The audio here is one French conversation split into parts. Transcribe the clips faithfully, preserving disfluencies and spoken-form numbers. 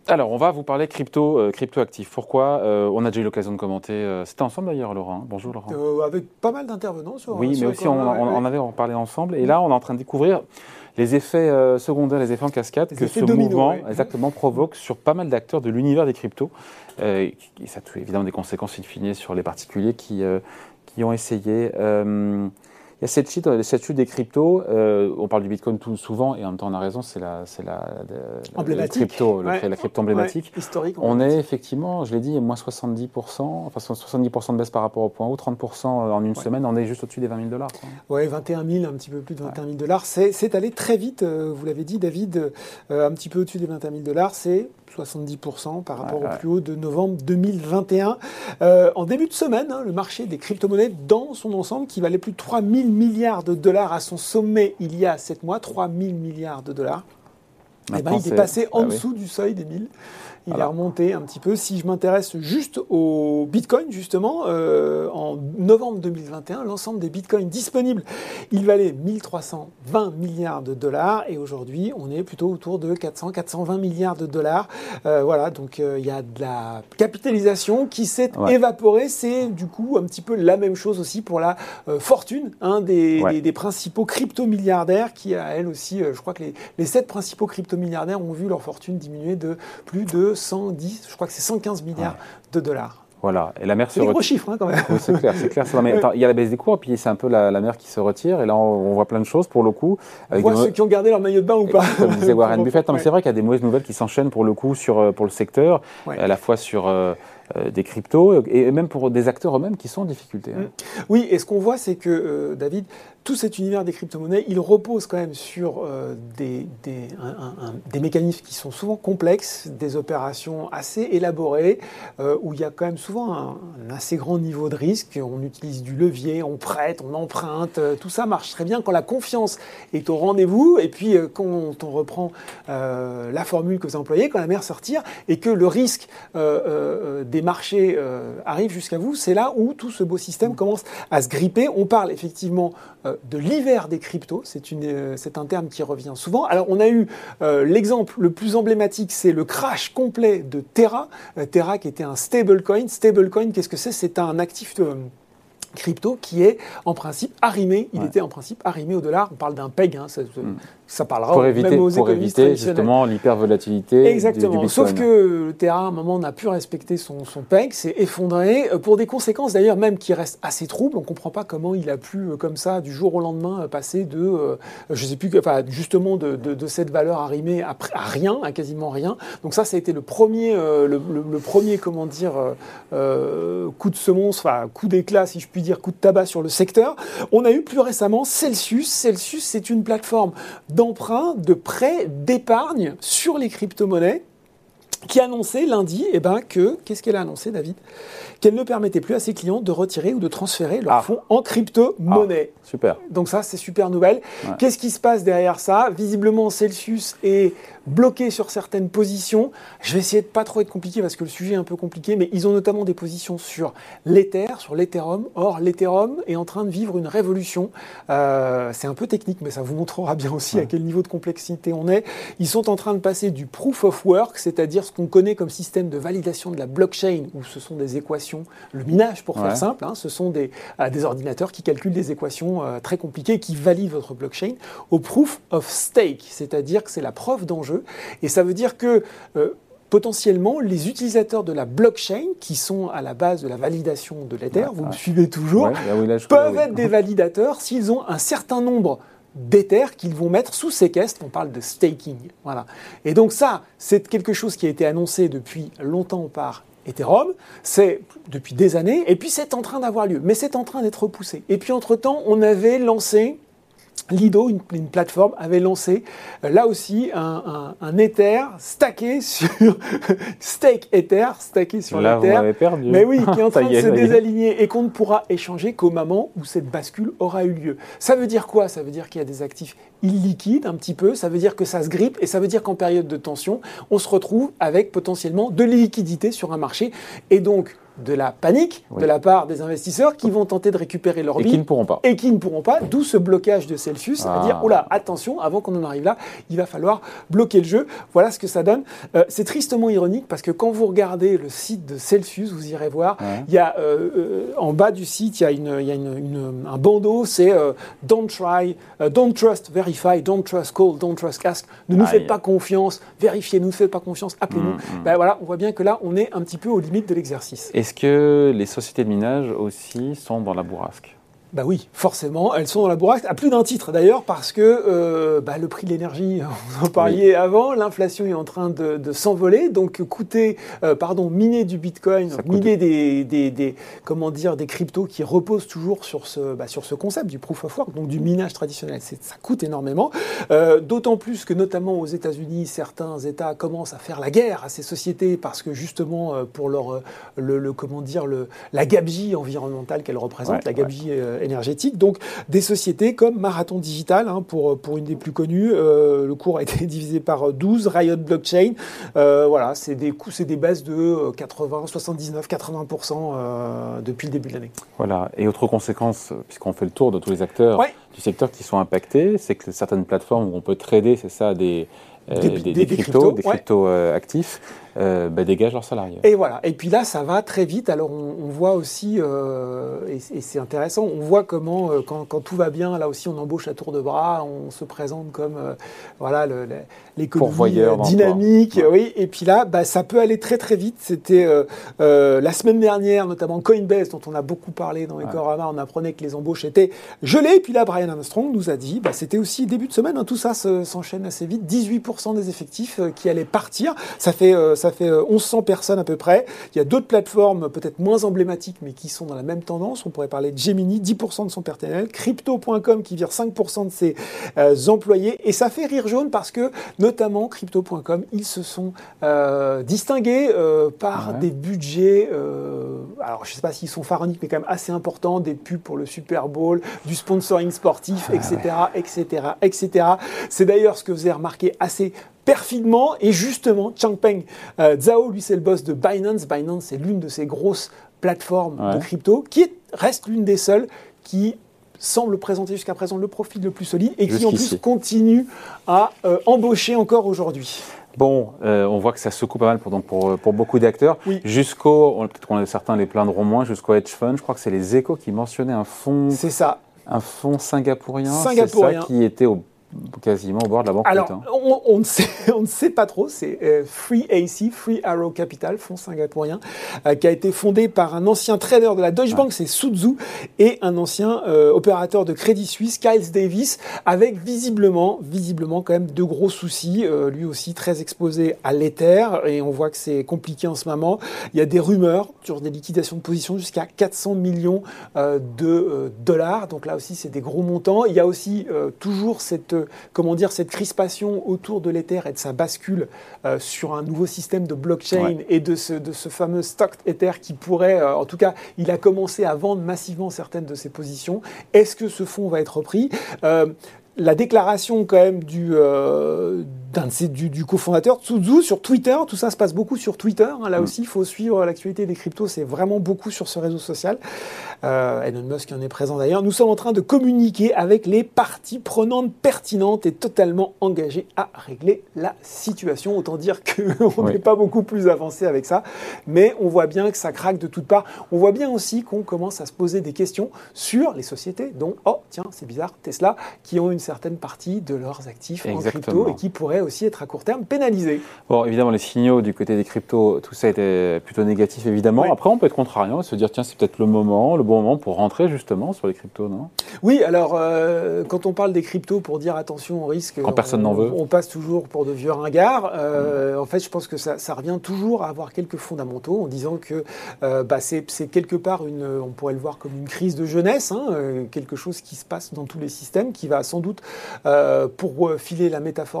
Alors, on va vous parler crypto, euh, crypto-actifs. Pourquoi euh, On a déjà eu l'occasion de commenter. Euh, C'était ensemble d'ailleurs, Laurent. Bonjour, Laurent. Euh, avec pas mal d'intervenants sur Oui, sur mais aussi, on, Economy, on, ouais, on avait parlé ensemble. Et là, on est en train de découvrir les effets euh, secondaires, les effets en cascade Les que effets ce domino, mouvement ouais. exactement provoque sur pas mal d'acteurs de l'univers des cryptos. Euh, et ça a évidemment des conséquences in fine sur les particuliers qui, euh, qui ont essayé. Euh, Il y a cette chute, cette chute des cryptos. Euh, on parle du Bitcoin tout souvent, et en même temps, on a raison, c'est la, c'est la, la, le crypto, le, ouais. la crypto emblématique. Ouais, historique. On est effectivement, je l'ai dit, moins soixante-dix pour cent, enfin soixante-dix pour cent de baisse par rapport au point haut, trente pour cent en une ouais. semaine, on est juste au-dessus des vingt mille dollars. Oui, vingt et un mille, un petit peu plus de vingt et un mille dollars. C'est, c'est allé très vite, euh, vous l'avez dit, David, euh, un petit peu au-dessus des vingt et un mille dollars, c'est soixante-dix pour cent par rapport ouais, au ouais. plus haut de novembre deux mille vingt et un. Euh, en début de semaine, hein, le marché des crypto-monnaies dans son ensemble, qui valait plus de trois mille milliards de dollars à son sommet il y a sept mois, trois mille milliards de dollars, eh ben, il est passé en ah, dessous oui. du seuil des mille. Il voilà. est remonté un petit peu. Si je m'intéresse juste au Bitcoin, justement, euh, en novembre deux mille vingt et un, l'ensemble des Bitcoins disponibles, il valait mille trois cent vingt milliards de dollars et aujourd'hui, on est plutôt autour de quatre cents à quatre cent vingt milliards de dollars. Euh, voilà, donc euh, il y a de la capitalisation qui s'est ouais. évaporée. C'est du coup un petit peu la même chose aussi pour la euh, fortune hein, des, ouais. des, des principaux crypto-milliardaires qui a, elle aussi, euh, je crois que les, les sept principaux crypto-milliardaires ont vu leur fortune diminuer de plus de cent dix, je crois que c'est cent quinze milliards ouais. de dollars. Voilà, et la mer c'est se des gros chiffres hein, quand même. Oui, c'est clair, c'est clair. C'est... Mais, attends, il y a la baisse des cours, puis c'est un peu la, la mer qui se retire, et là on, on voit plein de choses pour le coup. On voit ceux mo... qui ont gardé leur maillot de bain ou pas. Comme disait Warren Buffett, non, mais c'est vrai qu'il y a des mauvaises nouvelles qui s'enchaînent pour le coup sur, pour le secteur, ouais. à la fois sur euh, euh, des cryptos et même pour des acteurs eux-mêmes qui sont en difficulté. Hein. Oui, et ce qu'on voit, c'est que euh, David, tout cet univers des crypto-monnaies, il repose quand même sur euh, des, des, un, un, un, des mécanismes qui sont souvent complexes, des opérations assez élaborées, euh, où il y a quand même souvent un, un assez grand niveau de risque. On utilise du levier, on prête, on emprunte, euh, tout ça marche très bien quand la confiance est au rendez-vous, et puis euh, quand on reprend euh, la formule que vous employez, quand la mer se retire, et que le risque euh, euh, des marchés euh, arrive jusqu'à vous, c'est là où tout ce beau système commence à se gripper. On parle effectivement euh, de l'hiver des cryptos, c'est, une, euh, c'est un terme qui revient souvent. Alors on a eu euh, l'exemple le plus emblématique, c'est le crash complet de Terra. Euh, Terra qui était un stablecoin. Stablecoin, qu'est-ce que c'est ? C'est un actif de crypto qui est en principe arrimé, il ouais. était en principe arrimé au dollar. On parle d'un peg, hein, ça, mm. ça parlera pour éviter, même aux pour éviter justement l'hypervolatilité. Exactement. Du, du Sauf que le Terra, à un moment, n'a plus respecté son, son peg, s'est effondré, pour des conséquences d'ailleurs même qui restent assez troubles. On ne comprend pas comment il a pu, comme ça, du jour au lendemain, passer de, euh, je sais plus, enfin, justement de, de, de cette valeur arrimée à, à rien, à quasiment rien. Donc ça, ça a été le premier, euh, le, le, le premier, comment dire, euh, coup de semonce, enfin coup d'éclat, si je puis dire, coup de tabac sur le secteur. On a eu plus récemment Celsius. Celsius, c'est une plateforme d'emprunt, de prêt, d'épargne sur les crypto-monnaies qui a annoncé lundi eh ben, que, qu'est-ce qu'elle a annoncé, David ? Qu'elle ne permettait plus à ses clients de retirer ou de transférer leurs ah. fonds en crypto-monnaie. Ah, super. Donc ça, c'est super nouvelle. Ouais. Qu'est-ce qui se passe derrière ça ? Visiblement, Celsius est bloqué sur certaines positions. Je vais essayer de pas trop être compliqué parce que le sujet est un peu compliqué, mais ils ont notamment des positions sur l'Ether, sur l'Ethereum. Or, l'Ethereum est en train de vivre une révolution. Euh, c'est un peu technique, mais ça vous montrera bien aussi ouais. à quel niveau de complexité on est. Ils sont en train de passer du proof of work, c'est-à-dire ce qu'on connaît comme système de validation de la blockchain, où ce sont des équations, le minage pour ouais. faire simple, hein, ce sont des, euh, des ordinateurs qui calculent des équations euh, très compliquées, qui valident votre blockchain, au proof of stake, c'est-à-dire que c'est la preuve d'enjeu. Et ça veut dire que euh, potentiellement, les utilisateurs de la blockchain, qui sont à la base de la validation de l'Ether, ouais, vous ouais. me suivez toujours, ouais, oui, là, peuvent oui. être des validateurs s'ils ont un certain nombre d'Ether qu'ils vont mettre sous séquestre. On parle de staking. Voilà. Et donc ça, c'est quelque chose qui a été annoncé depuis longtemps par Ethereum, c'est depuis des années, et puis c'est en train d'avoir lieu, mais c'est en train d'être repoussé. Et puis entre-temps, on avait lancé Lido, une, une plateforme, avait lancé euh, là aussi un, un, un Ether stacké sur stake Ether, stacké sur là, l'Ether. Vous m'avez perdu. Mais oui, qui est en train de est, se désaligner et qu'on ne pourra échanger qu'au moment où cette bascule aura eu lieu. Ça veut dire quoi ? Ça veut dire qu'il y a des actifs illiquides un petit peu, ça veut dire que ça se grippe et ça veut dire qu'en période de tension, on se retrouve avec potentiellement de l'illiquidité sur un marché et donc de la panique oui. de la part des investisseurs qui vont tenter de récupérer leur billes. Et qui ne pourront pas. Et qui ne pourront pas, d'où ce blocage de Celsius, ah. à dire, oh là, attention, avant qu'on en arrive là, il va falloir bloquer le jeu. Voilà ce que ça donne. Euh, c'est tristement ironique parce que quand vous regardez le site de Celsius, vous irez voir, il ouais. y a euh, euh, en bas du site, il y a, une, y a une, une, un bandeau, c'est euh, Don't try, uh, don't trust, verify, don't trust, call, don't trust, ask. Ne nous Aïe. faites pas confiance, vérifiez, ne nous faites pas confiance, appelez-nous. Mmh, mmh. Ben voilà, on voit bien que là, on est un petit peu aux limites de l'exercice. Est-ce que les sociétés de minage aussi sont dans la bourrasque ? Bah oui, forcément, elles sont dans la bourrasque, à plus d'un titre d'ailleurs, parce que euh, bah, le prix de l'énergie, vous en parliez oui. avant, l'inflation est en train de, de s'envoler, donc coûter, euh, pardon, miner du Bitcoin, ça miner coûte... des, des, des, comment dire, des cryptos qui reposent toujours sur ce, bah, sur ce concept du proof of work, donc du minage traditionnel, c'est, ça coûte énormément, euh, d'autant plus que notamment aux États-Unis, certains États commencent à faire la guerre à ces sociétés parce que justement pour leur, le, le comment dire, le, la gabegie environnementale qu'elles représentent, ouais, la gabegie ouais. euh, énergétique. Donc, des sociétés comme Marathon Digital, hein, pour, pour une des plus connues, euh, le cours a été divisé par douze, Riot Blockchain, euh, voilà, c'est des coûts, c'est des baisses de quatre-vingts, soixante-dix-neuf, quatre-vingts pour cent euh, depuis le début de l'année. Voilà. Et autre conséquence, puisqu'on fait le tour de tous les acteurs ouais. du secteur qui sont impactés, c'est que certaines plateformes où on peut trader, c'est ça, des Euh, des, des, des, des cryptos, cryptos, des cryptos ouais. euh, actifs, euh, bah, dégagent leurs salariés. Et voilà. Et puis là, ça va très vite. Alors, on, on voit aussi, euh, et, et c'est intéressant, on voit comment, euh, quand, quand tout va bien, là aussi, on embauche à tour de bras, on se présente comme, euh, voilà, le, le, l'économie euh, dynamique. Ouais. Oui. Et puis là, bah, ça peut aller très, très vite. C'était euh, euh, la semaine dernière, notamment Coinbase, dont on a beaucoup parlé dans Ecorama, ouais. on apprenait que les embauches étaient gelées. Et puis là, Brian Armstrong nous a dit, bah, c'était aussi début de semaine, hein, tout ça se, s'enchaîne assez vite, dix-huit pour cent des effectifs qui allaient partir. Ça fait, euh, ça fait mille cent personnes à peu près. Il y a d'autres plateformes peut-être moins emblématiques, mais qui sont dans la même tendance. On pourrait parler de Gemini, dix pour cent de son personnel. Crypto point com qui vire cinq pour cent de ses euh, employés. Et ça fait rire jaune parce que, notamment, Crypto point com, ils se sont euh, distingués euh, par ouais. des budgets, euh, alors je ne sais pas s'ils sont pharaoniques, mais quand même assez importants, des pubs pour le Super Bowl, du sponsoring sportif, et cetera, et cetera, et cetera. C'est d'ailleurs ce que vous avez remarqué assez perfidement, et justement, Changpeng euh, Zhao, lui, c'est le boss de Binance. Binance, c'est l'une de ces grosses plateformes ouais. de crypto, qui est, reste l'une des seules qui semble présenter jusqu'à présent le profil le plus solide, et qui Jusqu'ici. en plus continue à euh, embaucher encore aujourd'hui. Bon, euh, on voit que ça secoue pas mal pour, donc pour, pour beaucoup d'acteurs. Oui. Jusqu'au, peut-être qu'on certains les plaindront moins, jusqu'au hedge fund, je crois que c'est les Échos qui mentionnaient un fonds... C'est ça. Un fonds singapourien, singapourien. C'est ça, qui était au quasiment au bord de la banqueroute. Alors, hein. on, on, ne sait, on ne sait pas trop, c'est euh, Free A C, Free Arrow Capital, fonds singapourien, euh, qui a été fondé par un ancien trader de la Deutsche ouais. Bank, c'est Suzhou, et un ancien euh, opérateur de Crédit Suisse, Kyle Davis, avec visiblement, visiblement quand même de gros soucis, euh, lui aussi très exposé à l'Ether, et on voit que c'est compliqué en ce moment. Il y a des rumeurs sur des liquidations de position jusqu'à quatre cents millions euh, de euh, dollars, donc là aussi c'est des gros montants. Il y a aussi euh, toujours cette comment dire, cette crispation autour de l'Ether et de sa bascule euh, sur un nouveau système de blockchain ouais. et de ce, de ce fameux stock Ether qui pourrait, euh, en tout cas, il a commencé à vendre massivement certaines de ses positions. Est-ce que ce fonds va être repris ? euh, La déclaration quand même du, euh, d'un de ces, du, du cofondateur Suzhou sur Twitter, tout ça se passe beaucoup sur Twitter, hein, là mmh. aussi il faut suivre l'actualité des cryptos, c'est vraiment beaucoup sur ce réseau social. Euh, Elon Musk en est présent d'ailleurs. Nous sommes en train de communiquer avec les parties prenantes pertinentes et totalement engagées à régler la situation. Autant dire qu'on n'est oui. pas beaucoup plus avancé avec ça, mais on voit bien que ça craque de toutes parts. On voit bien aussi qu'on commence à se poser des questions sur les sociétés dont, oh tiens, c'est bizarre, Tesla, qui ont une certaine partie de leurs actifs Exactement. en crypto et qui pourraient aussi être à court terme pénalisés. Bon, évidemment, les signaux du côté des cryptos, tout ça était plutôt négatif, évidemment. Oui. Après, on peut être contrariant et se dire, tiens, c'est peut-être le moment, le bon moment pour rentrer justement sur les cryptos, non ? Oui, alors, euh, quand on parle des cryptos, pour dire attention au risque, quand on, personne n'en veut, on passe toujours pour de vieux ringards. Euh, mmh. En fait, je pense que ça, ça revient toujours à avoir quelques fondamentaux en disant que euh, bah, c'est, c'est quelque part, une, on pourrait le voir comme une crise de jeunesse, hein, euh, quelque chose qui se passe dans tous les systèmes, qui va sans doute, euh, pour filer la métaphore de Warren Buffett,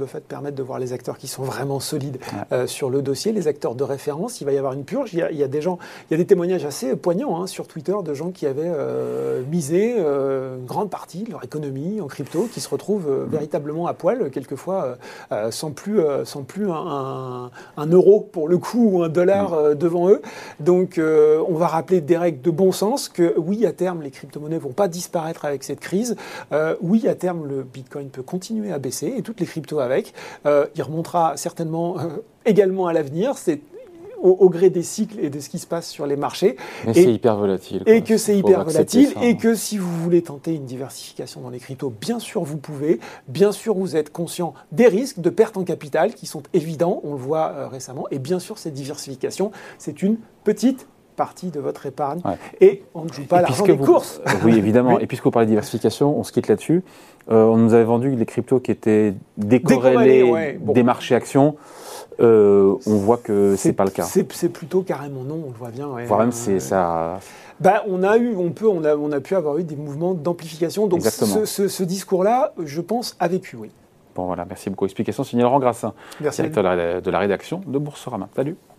Buffett permettent de voir les acteurs qui sont vraiment solides ouais. euh, sur le dossier, les acteurs de référence. Il va y avoir une purge. Il y a, il y a des gens, il y a des témoignages assez poignants hein, sur Twitter de gens qui avaient euh, misé euh, une grande partie de leur économie en crypto, qui se retrouvent euh, véritablement à poil, quelquefois euh, sans plus, euh, sans plus un, un, un euro pour le coup ou un dollar euh, devant eux. Donc euh, on va rappeler des règles de bon sens que oui, à terme, les crypto-monnaies ne vont pas disparaître avec cette crise. Euh, oui, à terme, le Bitcoin peut continuer à baisser et toutes les cryptos avec. Euh, il remontera certainement euh, également à l'avenir. C'est Au, au gré des cycles et de ce qui se passe sur les marchés. Mais c'est hyper volatile. Et que c'est hyper volatile. Ça. Et que si vous voulez tenter une diversification dans les cryptos, bien sûr vous pouvez. Bien sûr vous êtes conscient des risques de perte en capital qui sont évidents, on le voit euh, récemment. Et bien sûr cette diversification, c'est une petite partie de votre épargne. Ouais. Et on ne joue pas l'argent des vous, courses. Oui, évidemment. Oui. Et puisque vous parlez de diversification, on se quitte là-dessus. Euh, on nous avait vendu les cryptos qui étaient décorrélés ouais. bon. des marchés actions. Euh, on voit que c'est, c'est pas le cas. C'est, c'est plutôt carrément non, on le voit bien. Ouais. Voire même c'est ça. Bah, on a eu, on peut, on a, on a pu avoir eu des mouvements d'amplification. Donc ce, ce, ce discours-là, je pense, a vécu, oui. Bon voilà, merci beaucoup. Explication signée Laurent Grassin, merci directeur de la, de la rédaction de Boursorama. Salut.